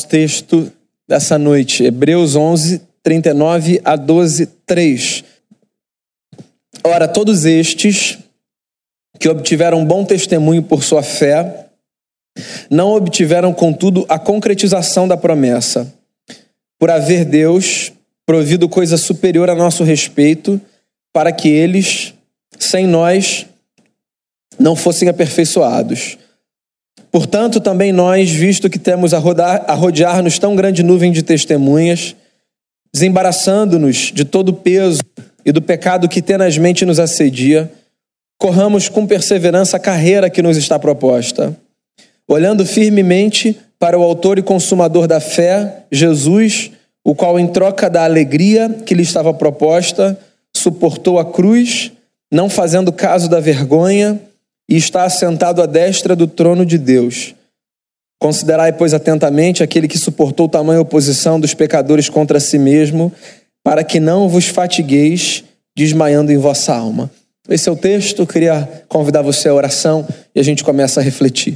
nosso texto dessa noite, Hebreus 11, 39 a 12, 3. Ora, todos estes que obtiveram bom testemunho por sua fé, não obtiveram, contudo, a concretização da promessa, por haver Deus provido coisa superior a nosso respeito, para que eles, sem nós, não fossem aperfeiçoados. Portanto, também nós, visto que temos a rodear-nos tão grande nuvem de testemunhas, desembaraçando-nos de todo o peso e do pecado que tenazmente nos assedia, corramos com perseverança a carreira que nos está proposta, olhando firmemente para o autor e consumador da fé, Jesus, o qual, em troca da alegria que lhe estava proposta, suportou a cruz, não fazendo caso da vergonha, e está assentado à destra do trono de Deus. Considerai, pois, atentamente aquele que suportou tamanha oposição dos pecadores contra si mesmo, para que não vos fatigueis desmaiando em vossa alma. Esse é o texto. Eu queria convidar você à oração e a gente começa a refletir.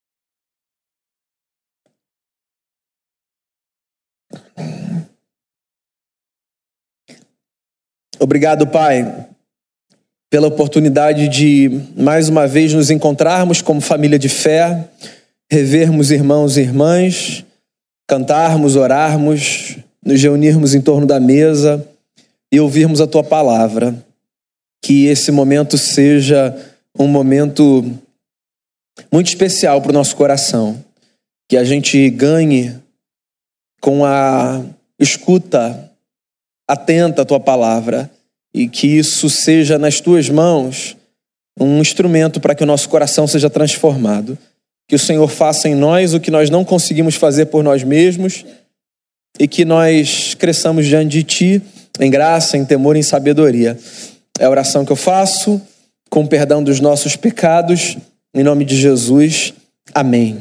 Obrigado, Pai, pela oportunidade de, mais uma vez, nos encontrarmos como família de fé, revermos irmãos e irmãs, cantarmos, orarmos, nos reunirmos em torno da mesa e ouvirmos a Tua palavra. Que esse momento seja um momento muito especial para o nosso coração. Que a gente ganhe com a escuta atenta à Tua palavra. E que isso seja nas Tuas mãos um instrumento para que o nosso coração seja transformado. Que o Senhor faça em nós o que nós não conseguimos fazer por nós mesmos e que nós cresçamos diante de Ti em graça, em temor e em sabedoria. É a oração que eu faço, com o perdão dos nossos pecados, em nome de Jesus. Amém.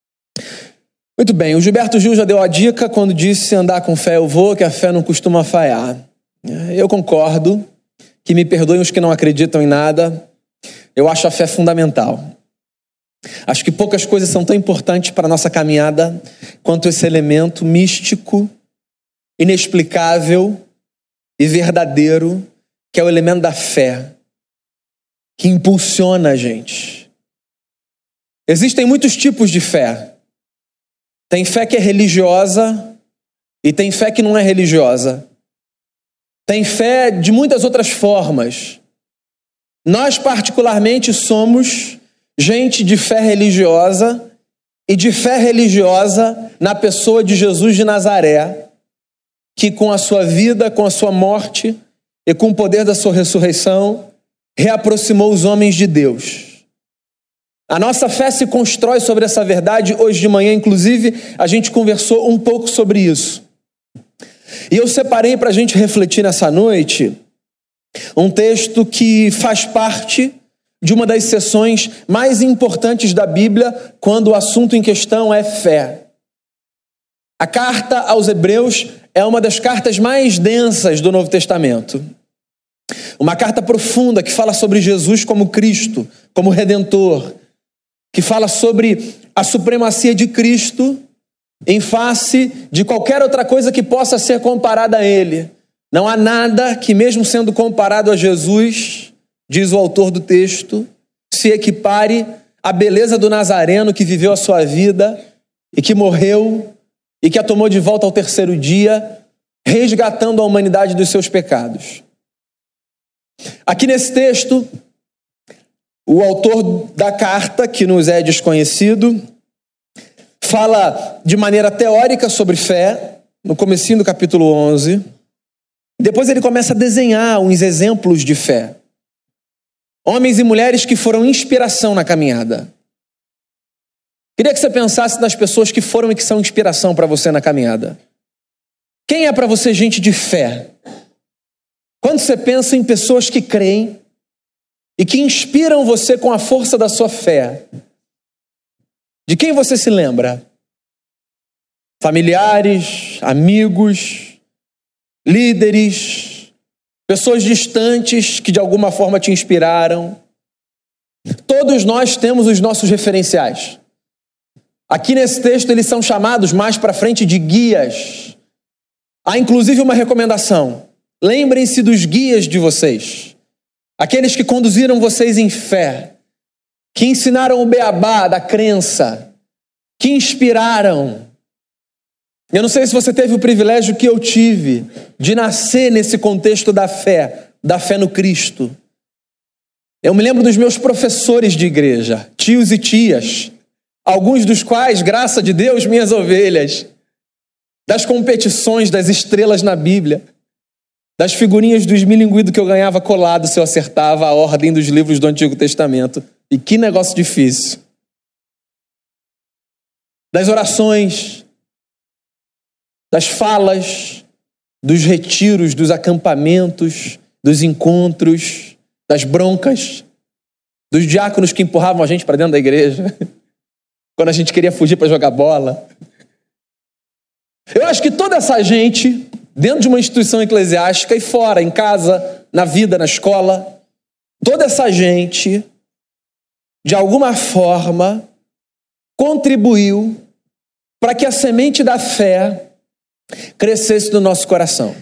Muito bem, o Gilberto Gil já deu a dica quando disse andar com fé eu vou, que a fé não costuma falhar. Eu concordo, que me perdoem os que não acreditam em nada, eu acho a fé fundamental. Acho que poucas coisas são tão importantes para a nossa caminhada quanto esse elemento místico, inexplicável e verdadeiro, que é o elemento da fé, que impulsiona a gente. Existem muitos tipos de fé. Tem fé que é religiosa e tem fé que não é religiosa. Tem fé de muitas outras formas. Nós, particularmente, somos gente de fé religiosa e de fé religiosa na pessoa de Jesus de Nazaré, que com a sua vida, com a sua morte e com o poder da sua ressurreição, reaproximou os homens de Deus. A nossa fé se constrói sobre essa verdade. Hoje de manhã, inclusive, a gente conversou um pouco sobre isso. E eu separei para a gente refletir nessa noite um texto que faz parte de uma das seções mais importantes da Bíblia quando o assunto em questão é fé. A carta aos Hebreus é uma das cartas mais densas do Novo Testamento. Uma carta profunda que fala sobre Jesus como Cristo, como Redentor, que fala sobre a supremacia de Cristo em face de qualquer outra coisa que possa ser comparada a Ele. Não há nada que, mesmo sendo comparado a Jesus, diz o autor do texto, se equipare à beleza do Nazareno que viveu a sua vida e que morreu e que a tomou de volta ao terceiro dia, resgatando a humanidade dos seus pecados. Aqui nesse texto, o autor da carta, que nos é desconhecido, fala de maneira teórica sobre fé, no comecinho do capítulo 11. Depois ele começa a desenhar uns exemplos de fé. Homens e mulheres que foram inspiração na caminhada. Queria que você pensasse nas pessoas que foram e que são inspiração para você na caminhada. Quem é para você gente de fé? Quando você pensa em pessoas que creem e que inspiram você com a força da sua fé, de quem você se lembra? Familiares, amigos, líderes, pessoas distantes que de alguma forma te inspiraram. Todos nós temos os nossos referenciais. Aqui nesse texto eles são chamados mais para frente de guias. Há inclusive uma recomendação: lembrem-se dos guias de vocês, aqueles que conduziram vocês em fé, que ensinaram o beabá da crença, que inspiraram. Eu não sei se você teve o privilégio que eu tive de nascer nesse contexto da fé no Cristo. Eu me lembro dos meus professores de igreja, tios e tias, alguns dos quais, graças a Deus, minhas ovelhas, das competições das estrelas na Bíblia, das figurinhas do esmilinguido que eu ganhava colado se eu acertava a ordem dos livros do Antigo Testamento. E que negócio difícil. Das orações, das falas, dos retiros, dos acampamentos, dos encontros, das broncas, dos diáconos que empurravam a gente para dentro da igreja, quando a gente queria fugir para jogar bola. Eu acho que toda essa gente, dentro de uma instituição eclesiástica e fora, em casa, na vida, na escola, toda essa gente, de alguma forma, contribuiu para que a semente da fé crescesse no nosso coração.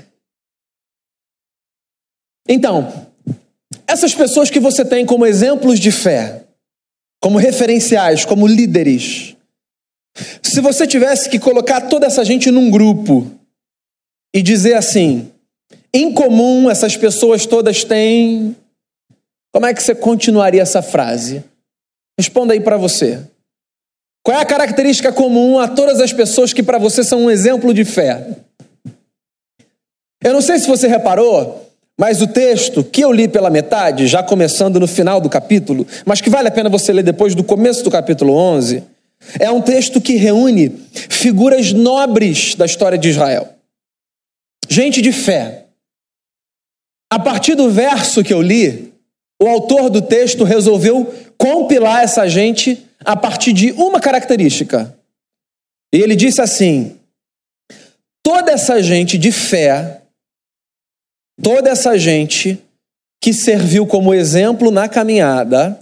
Então, essas pessoas que você tem como exemplos de fé, como referenciais, como líderes, se você tivesse que colocar toda essa gente num grupo e dizer assim, em comum essas pessoas todas têm, como é que você continuaria essa frase? Responda aí para você. Qual é a característica comum a todas as pessoas que para você são um exemplo de fé? Eu não sei se você reparou, mas o texto que eu li pela metade, já começando no final do capítulo, mas que vale a pena você ler depois do começo do capítulo 11, é um texto que reúne figuras nobres da história de Israel. Gente de fé. A partir do verso que eu li, o autor do texto resolveu compilar essa gente a partir de uma característica. E ele disse assim: toda essa gente de fé, toda essa gente que serviu como exemplo na caminhada,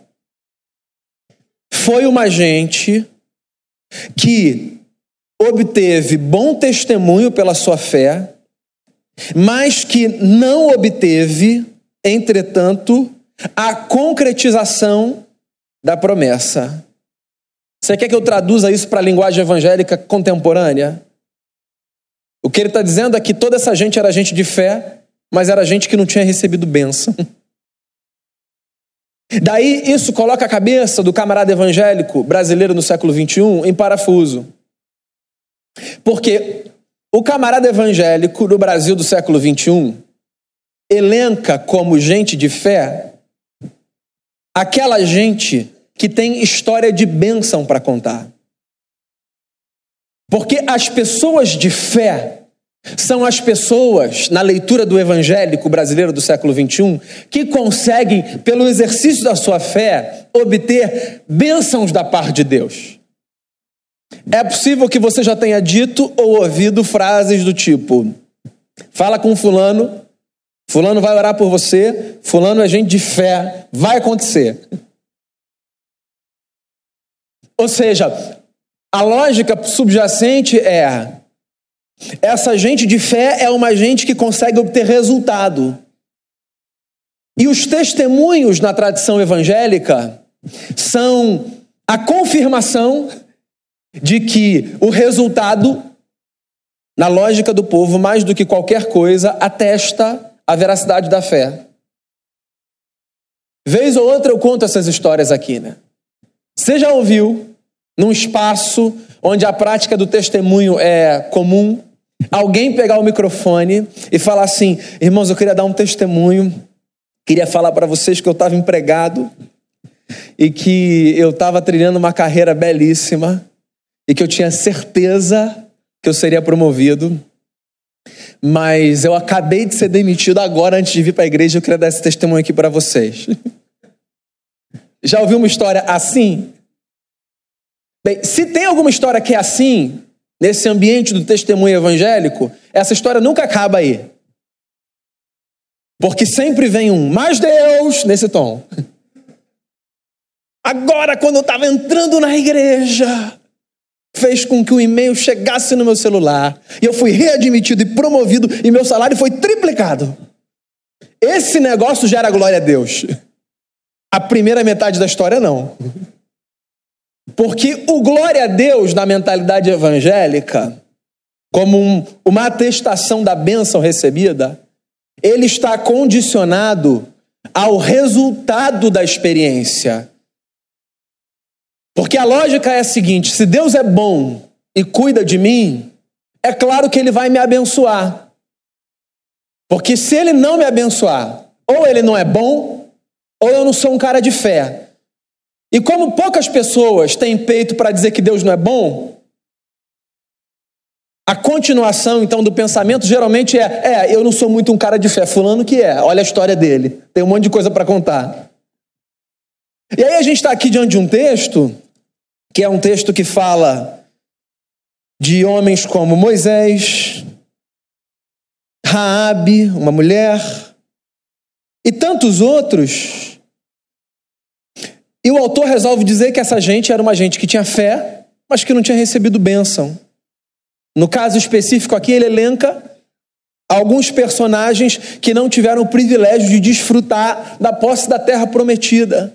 foi uma gente que obteve bom testemunho pela sua fé, mas que não obteve, entretanto, a concretização da promessa. Você quer que eu traduza isso para a linguagem evangélica contemporânea? O que ele está dizendo é que toda essa gente era gente de fé, mas era gente que não tinha recebido bênção. Daí isso coloca a cabeça do camarada evangélico brasileiro no século XXI em parafuso. Porque o camarada evangélico do Brasil do século XXI elenca como gente de fé aquela gente que tem história de bênção para contar. Porque as pessoas de fé são as pessoas, na leitura do evangélico brasileiro do século XXI, que conseguem, pelo exercício da sua fé, obter bênçãos da parte de Deus. É possível que você já tenha dito ou ouvido frases do tipo: fala com fulano, fulano vai orar por você, fulano é gente de fé, vai acontecer. Ou seja, a lógica subjacente é: essa gente de fé é uma gente que consegue obter resultado. E os testemunhos na tradição evangélica são a confirmação de que o resultado, na lógica do povo, mais do que qualquer coisa, atesta a veracidade da fé. Vez ou outra eu conto essas histórias aqui, né? Você já ouviu, num espaço onde a prática do testemunho é comum, alguém pegar o microfone e falar assim: irmãos, eu queria dar um testemunho, queria falar para vocês que eu estava empregado e que eu estava trilhando uma carreira belíssima e que eu tinha certeza que eu seria promovido, mas eu acabei de ser demitido agora antes de vir para a igreja. Eu queria dar esse testemunho aqui para vocês. Já ouviu uma história assim? Bem, se tem alguma história que é assim, nesse ambiente do testemunho evangélico, essa história nunca acaba aí. Porque sempre vem um "mas Deus" nesse tom. Agora, quando eu estava entrando na igreja, fez com que o e-mail chegasse no meu celular, e eu fui readmitido e promovido, e meu salário foi triplicado. Esse negócio gera glória a Deus. A primeira metade da história, não. Porque o glória a Deus, na mentalidade evangélica, como uma atestação da bênção recebida, ele está condicionado ao resultado da experiência. Porque a lógica é a seguinte: se Deus é bom e cuida de mim, é claro que ele vai me abençoar. Porque se ele não me abençoar, ou ele não é bom, ou eu não sou um cara de fé. E como poucas pessoas têm peito para dizer que Deus não é bom, a continuação, então, do pensamento geralmente eu não sou muito um cara de fé, fulano que é, olha a história dele, tem um monte de coisa para contar. E aí a gente está aqui diante de um texto, que é um texto que fala de homens como Moisés, Raabe, uma mulher, e tantos outros. E o autor resolve dizer que essa gente era uma gente que tinha fé, mas que não tinha recebido bênção. No caso específico aqui, ele elenca alguns personagens que não tiveram o privilégio de desfrutar da posse da terra prometida.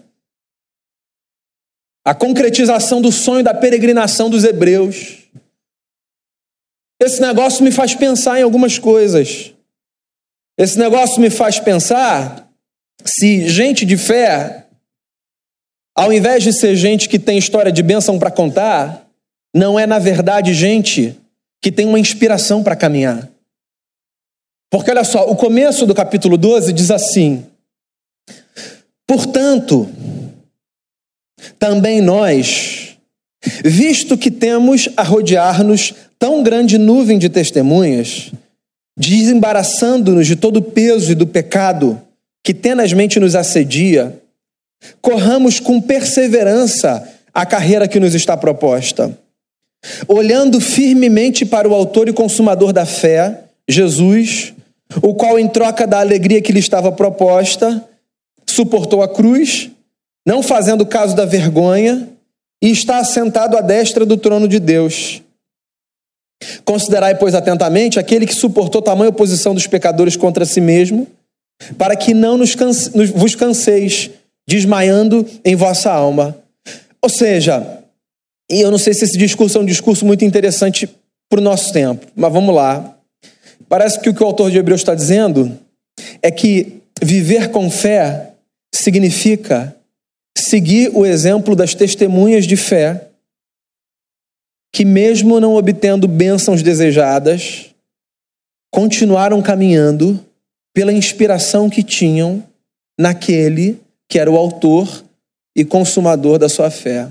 A concretização do sonho da peregrinação dos hebreus. Esse negócio me faz pensar em algumas coisas. Esse negócio me faz pensar se gente de fé, ao invés de ser gente que tem história de bênção para contar, não é, na verdade, gente que tem uma inspiração para caminhar. Porque, olha só, o começo do capítulo 12 diz assim: portanto, também nós, visto que temos a rodear-nos tão grande nuvem de testemunhas, desembaraçando-nos de todo o peso e do pecado que tenazmente nos assedia, corramos com perseverança a carreira que nos está proposta, olhando firmemente para o autor e consumador da fé, Jesus, o qual, em troca da alegria que lhe estava proposta, suportou a cruz, não fazendo caso da vergonha, e está assentado à destra do trono de Deus. Considerai, pois, atentamente aquele que suportou tamanha oposição dos pecadores contra si mesmo, para que não vos canseis, desmaiando em vossa alma. Ou seja, e eu não sei se esse discurso é um discurso muito interessante para o nosso tempo, mas vamos lá. Parece que o o autor de Hebreus está dizendo é que viver com fé significa seguir o exemplo das testemunhas de fé que, mesmo não obtendo bênçãos desejadas, continuaram caminhando pela inspiração que tinham naquele que era o autor e consumador da sua fé.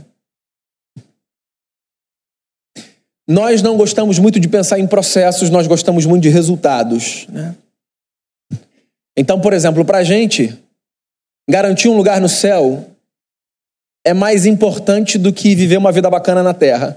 Nós não gostamos muito de pensar em processos, nós gostamos muito de resultados, né? Então, por exemplo, para a gente, garantir um lugar no céu é mais importante do que viver uma vida bacana na terra.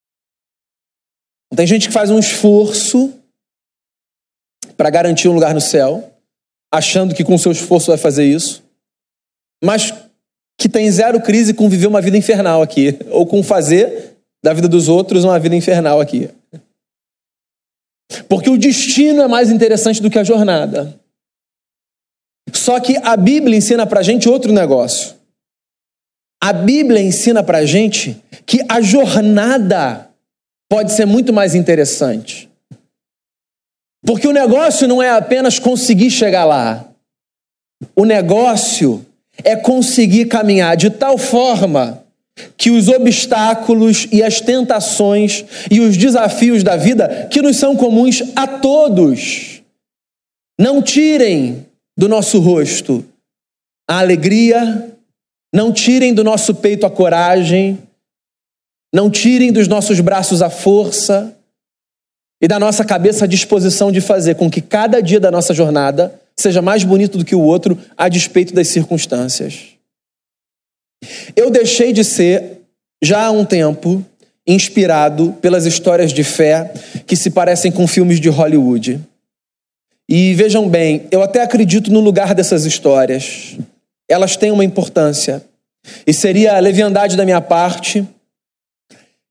Tem gente que faz um esforço para garantir um lugar no céu, achando que com seu esforço vai fazer isso, mas que tem zero crise com viver uma vida infernal aqui, ou com fazer da vida dos outros uma vida infernal aqui. Porque o destino é mais interessante do que a jornada. Só que a Bíblia ensina pra gente outro negócio. A Bíblia ensina pra gente que a jornada pode ser muito mais interessante. Porque o negócio não é apenas conseguir chegar lá. O negócio é conseguir caminhar de tal forma que os obstáculos e as tentações e os desafios da vida, que nos são comuns a todos, não tirem do nosso rosto a alegria, não tirem do nosso peito a coragem, não tirem dos nossos braços a força e da nossa cabeça a disposição de fazer com que cada dia da nossa jornada seja mais bonito do que o outro, a despeito das circunstâncias. Eu deixei de ser, já há um tempo, inspirado pelas histórias de fé que se parecem com filmes de Hollywood. E vejam bem, eu até acredito no lugar dessas histórias. Elas têm uma importância. E seria a leviandade da minha parte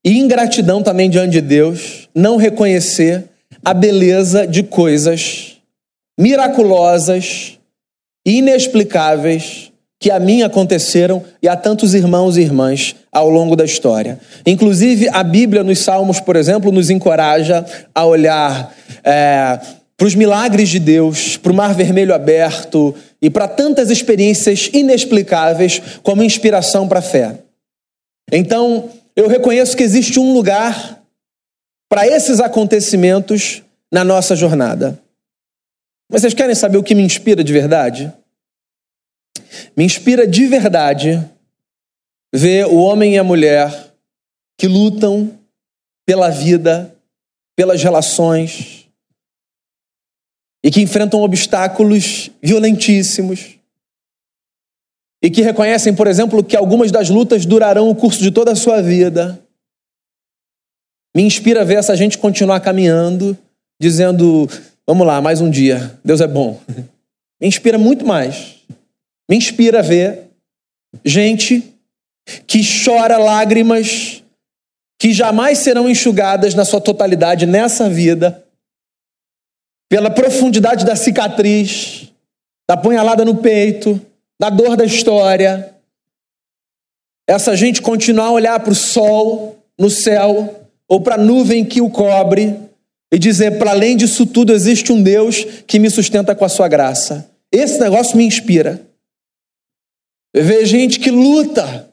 e ingratidão também diante de Deus não reconhecer a beleza de coisas miraculosas e inexplicáveis que a mim aconteceram e a tantos irmãos e irmãs ao longo da história. Inclusive, a Bíblia nos Salmos, por exemplo, nos encoraja a olhar para os milagres de Deus, para o Mar Vermelho aberto e para tantas experiências inexplicáveis como inspiração para a fé. Então, eu reconheço que existe um lugar para esses acontecimentos na nossa jornada. Mas vocês querem saber o que me inspira de verdade? Me inspira de verdade ver o homem e a mulher que lutam pela vida, pelas relações e que enfrentam obstáculos violentíssimos e que reconhecem, por exemplo, que algumas das lutas durarão o curso de toda a sua vida. Me inspira ver essa gente continuar caminhando, dizendo, vamos lá, mais um dia, Deus é bom. Me inspira muito mais. Me inspira ver gente que chora lágrimas que jamais serão enxugadas na sua totalidade nessa vida, pela profundidade da cicatriz, da punhalada no peito, da dor da história. Essa gente continuar a olhar para o sol no céu ou para a nuvem que o cobre e dizer, para além disso tudo, existe um Deus que me sustenta com a sua graça. Esse negócio me inspira. Ver gente que luta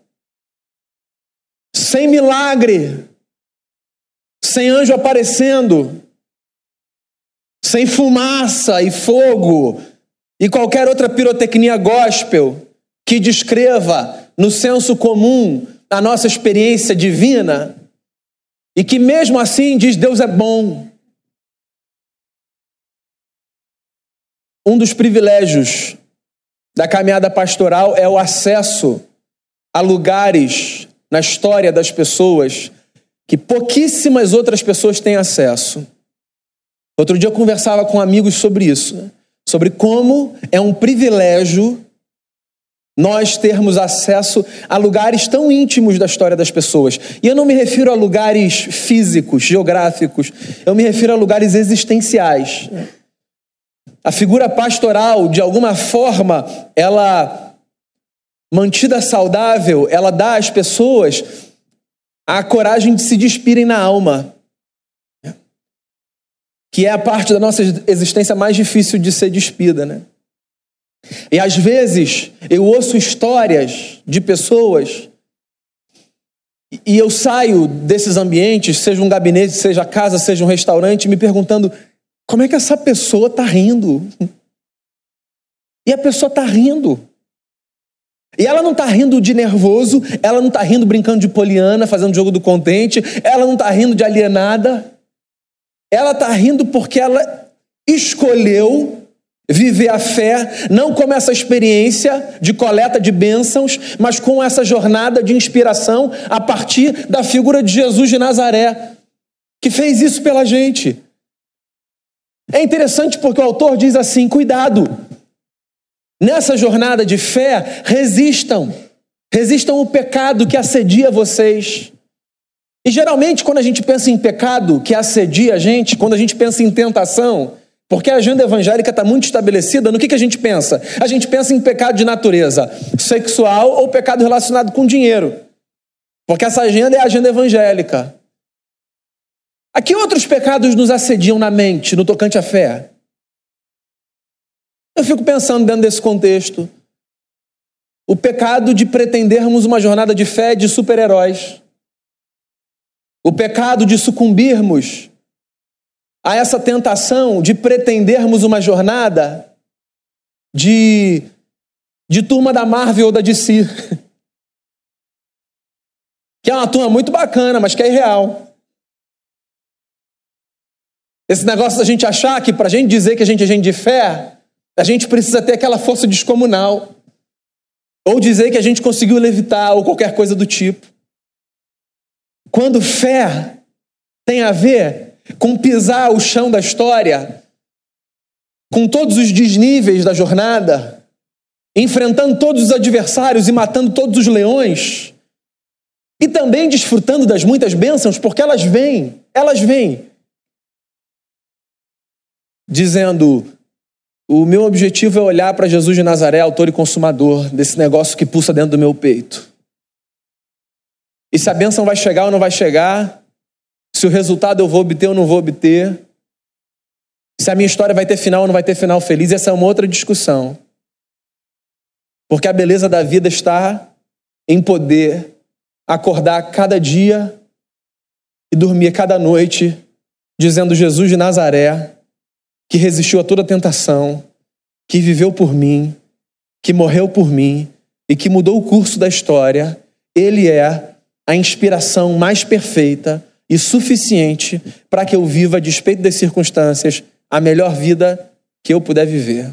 sem milagre, sem anjo aparecendo, sem fumaça e fogo e qualquer outra pirotecnia gospel que descreva no senso comum a nossa experiência divina e que mesmo assim diz Deus é bom. Um dos privilégios da caminhada pastoral é o acesso a lugares na história das pessoas que pouquíssimas outras pessoas têm acesso. Outro dia eu conversava com amigos sobre isso, sobre como é um privilégio nós termos acesso a lugares tão íntimos da história das pessoas. E eu não me refiro a lugares físicos, geográficos, eu me refiro a lugares existenciais. A figura pastoral, de alguma forma, ela, mantida saudável, ela dá às pessoas a coragem de se despirem na alma, que é a parte da nossa existência mais difícil de ser despida, né? E às vezes eu ouço histórias de pessoas e eu saio desses ambientes, seja um gabinete, seja casa, seja um restaurante, me perguntando como é que essa pessoa está rindo? E a pessoa está rindo. E ela não está rindo de nervoso, ela não está rindo brincando de poliana, fazendo jogo do contente, ela não está rindo de alienada. Ela está rindo porque ela escolheu viver a fé, não como essa experiência de coleta de bênçãos, mas com essa jornada de inspiração a partir da figura de Jesus de Nazaré, que fez isso pela gente. É interessante porque o autor diz assim, cuidado, nessa jornada de fé, resistam o pecado que assedia vocês. E geralmente quando a gente pensa em pecado que assedia a gente, quando a gente pensa em tentação, porque a agenda evangélica está muito estabelecida, no que a gente pensa? A gente pensa em pecado de natureza sexual ou pecado relacionado com dinheiro, porque essa agenda é a agenda evangélica. A que outros pecados nos assediam na mente, no tocante à fé? Eu fico pensando dentro desse contexto. O pecado de pretendermos uma jornada de fé de super-heróis. O pecado de sucumbirmos a essa tentação de pretendermos uma jornada de turma da Marvel ou da DC. Que é uma turma muito bacana, mas que é irreal. Esse negócio da gente achar que, para a gente dizer que a gente é gente de fé, a gente precisa ter aquela força descomunal. Ou dizer que a gente conseguiu levitar, ou qualquer coisa do tipo. Quando fé tem a ver com pisar o chão da história, com todos os desníveis da jornada, enfrentando todos os adversários e matando todos os leões, E também desfrutando das muitas bênçãos, porque elas vêm, dizendo: o meu objetivo é olhar para Jesus de Nazaré, autor e consumador desse negócio que pulsa dentro do meu peito. E se a bênção vai chegar ou não vai chegar, se o resultado eu vou obter ou não vou obter, se a minha história vai ter final ou não vai ter final feliz, essa é uma outra discussão. Porque a beleza da vida está em poder acordar cada dia e dormir cada noite, dizendo: Jesus de Nazaré, que resistiu a toda tentação, que viveu por mim, que morreu por mim e que mudou o curso da história, Ele é a inspiração mais perfeita e suficiente para que eu viva, a despeito das circunstâncias, a melhor vida que eu puder viver.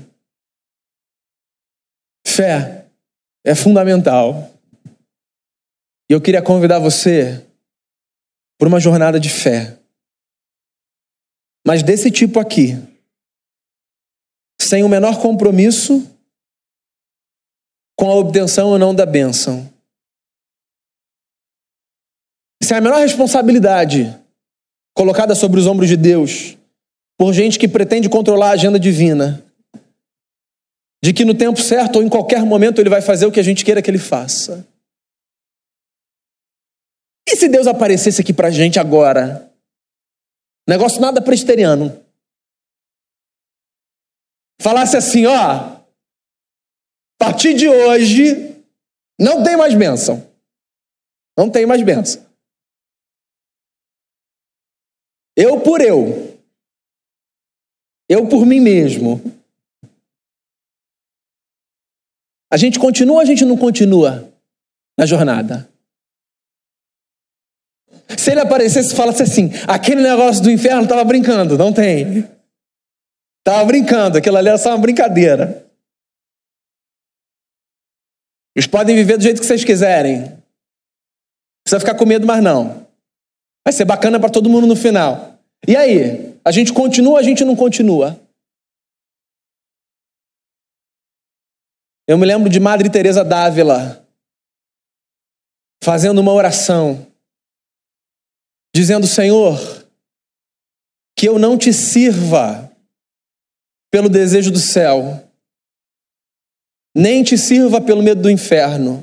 Fé é fundamental. E eu queria convidar você para uma jornada de fé. Mas desse tipo aqui, sem o menor compromisso com a obtenção ou não da bênção. Sem a menor responsabilidade colocada sobre os ombros de Deus por gente que pretende controlar a agenda divina, de que no tempo certo ou em qualquer momento Ele vai fazer o que a gente queira que Ele faça. E se Deus aparecesse aqui pra gente agora? Negócio nada presbiteriano. Falasse assim: ó, a partir de hoje não tem mais bênção. Não tem mais bênção. Eu por eu. Eu por mim mesmo. A gente continua ou a gente não continua na jornada? Se Ele aparecesse e falasse assim: aquele negócio do inferno estava brincando, não tem. Estava brincando, aquilo ali era só uma brincadeira. Vocês podem viver do jeito que vocês quiserem. Não precisa ficar com medo mais não. Vai ser bacana para todo mundo no final. E aí? A gente continua ou a gente não continua? Eu me lembro de Madre Teresa d'Ávila fazendo uma oração, dizendo: Senhor, que eu não te sirva pelo desejo do céu, nem te sirva pelo medo do inferno.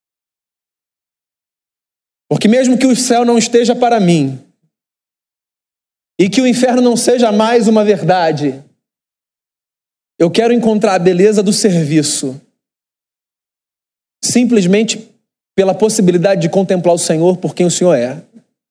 Porque mesmo que o céu não esteja para mim, e que o inferno não seja mais uma verdade, eu quero encontrar a beleza do serviço, simplesmente pela possibilidade de contemplar o Senhor por quem o Senhor é.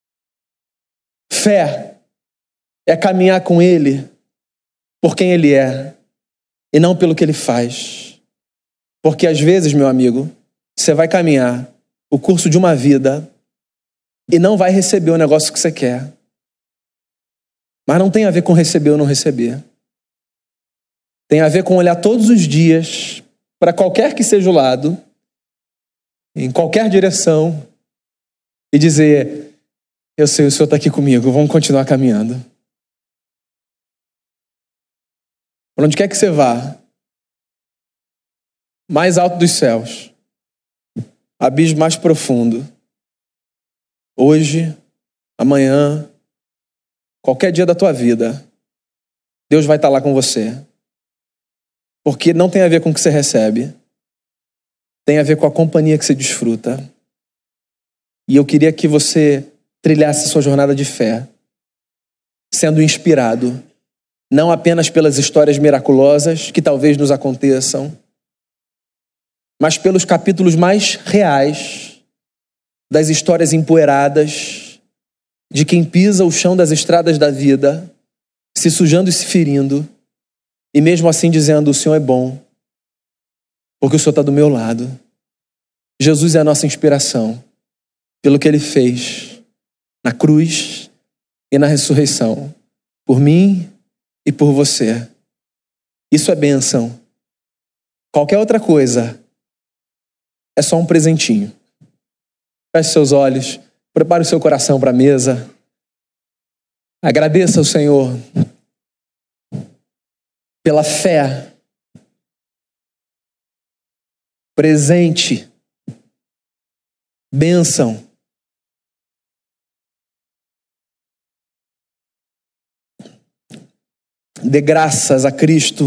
Fé é caminhar com Ele por quem Ele é e não pelo que Ele faz. Porque às vezes, meu amigo, você vai caminhar o curso de uma vida e não vai receber o negócio que você quer. Mas não tem a ver com receber ou não receber. Tem a ver com olhar todos os dias para qualquer que seja o lado, em qualquer direção, e dizer: eu sei, o Senhor está aqui comigo, vamos continuar caminhando. Por onde quer que você vá, mais alto dos céus, abismo mais profundo, hoje, amanhã, qualquer dia da tua vida, Deus vai estar lá com você. Porque não tem a ver com o que você recebe, tem a ver com a companhia que você desfruta. E eu queria que você trilhasse a sua jornada de fé, sendo inspirado não apenas pelas histórias miraculosas que talvez nos aconteçam, mas pelos capítulos mais reais das histórias empoeiradas de quem pisa o chão das estradas da vida, se sujando e se ferindo, e mesmo assim dizendo: o Senhor é bom, porque o Senhor está do meu lado. Jesus é a nossa inspiração, pelo que Ele fez na cruz e na ressurreição, por mim e por você. Isso é bênção. Qualquer outra coisa é só um presentinho. Feche seus olhos, prepare o seu coração para a mesa. Agradeça ao Senhor pela fé, presente, bênção Dê graças a Cristo,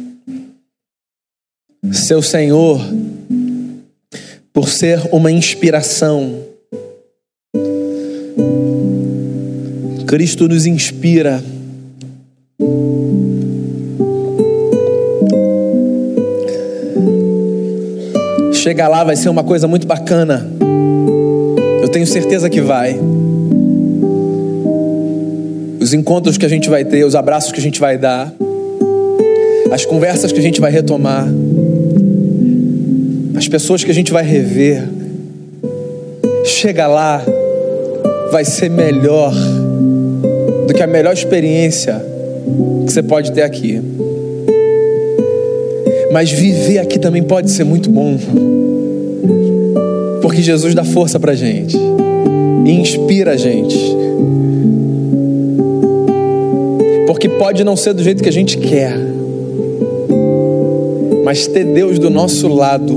seu Senhor, por ser uma inspiração. Cristo nos inspira. Chegar lá vai ser uma coisa muito bacana. Eu tenho certeza que vai. Os encontros que a gente vai ter, os abraços que a gente vai dar, as conversas que a gente vai retomar, as pessoas que a gente vai rever, chega lá, vai ser melhor do que a melhor experiência que você pode ter aqui. Mas viver aqui também pode ser muito bom, porque Jesus dá força pra gente e inspira a gente. Porque pode não ser do jeito que a gente quer, mas ter Deus do nosso lado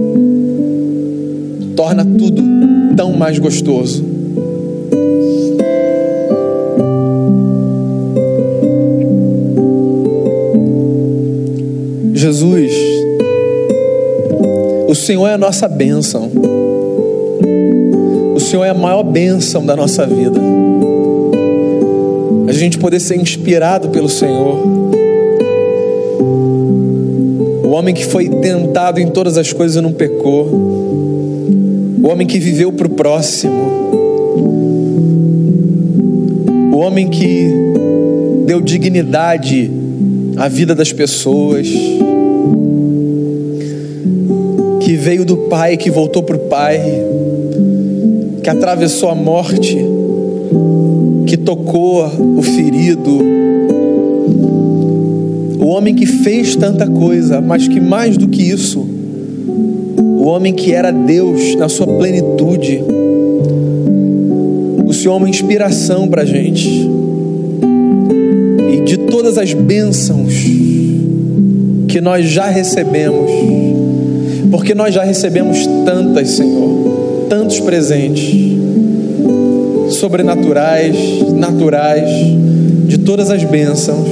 torna tudo tão mais gostoso. Jesus, o Senhor é a nossa bênção. O Senhor é a maior bênção da nossa vida. A gente poder ser inspirado pelo Senhor. O homem que foi tentado em todas as coisas e não pecou. O homem que viveu para o próximo. O homem que deu dignidade à vida das pessoas. Que veio do Pai, que voltou para o Pai. Que atravessou a morte. Que tocou o ferido. O homem que fez tanta coisa, mas que mais do que isso, o homem que era Deus na sua plenitude. O Senhor é uma inspiração para a gente. E de todas as bênçãos que nós já recebemos, porque nós já recebemos tantas, Senhor, tantos presentes, sobrenaturais, naturais, de todas as bênçãos.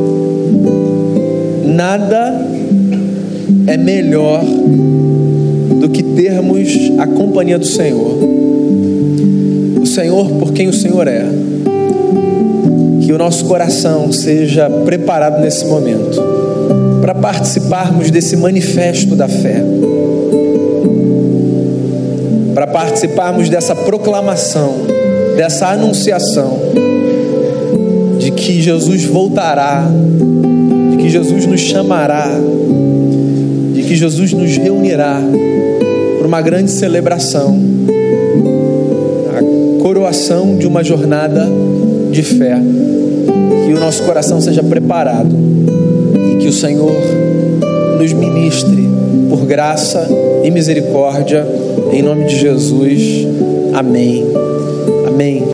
Nada é melhor do que termos a companhia do Senhor. O Senhor por quem o Senhor é. Que o nosso coração seja preparado nesse momento para participarmos desse manifesto da fé, para participarmos dessa proclamação, dessa anunciação de que Jesus voltará, de que Jesus nos chamará, de que Jesus nos reunirá para uma grande celebração, a coroação de uma jornada de fé. Que o nosso coração seja preparado e que o Senhor nos ministre por graça e misericórdia, em nome de Jesus. Amém. Amém.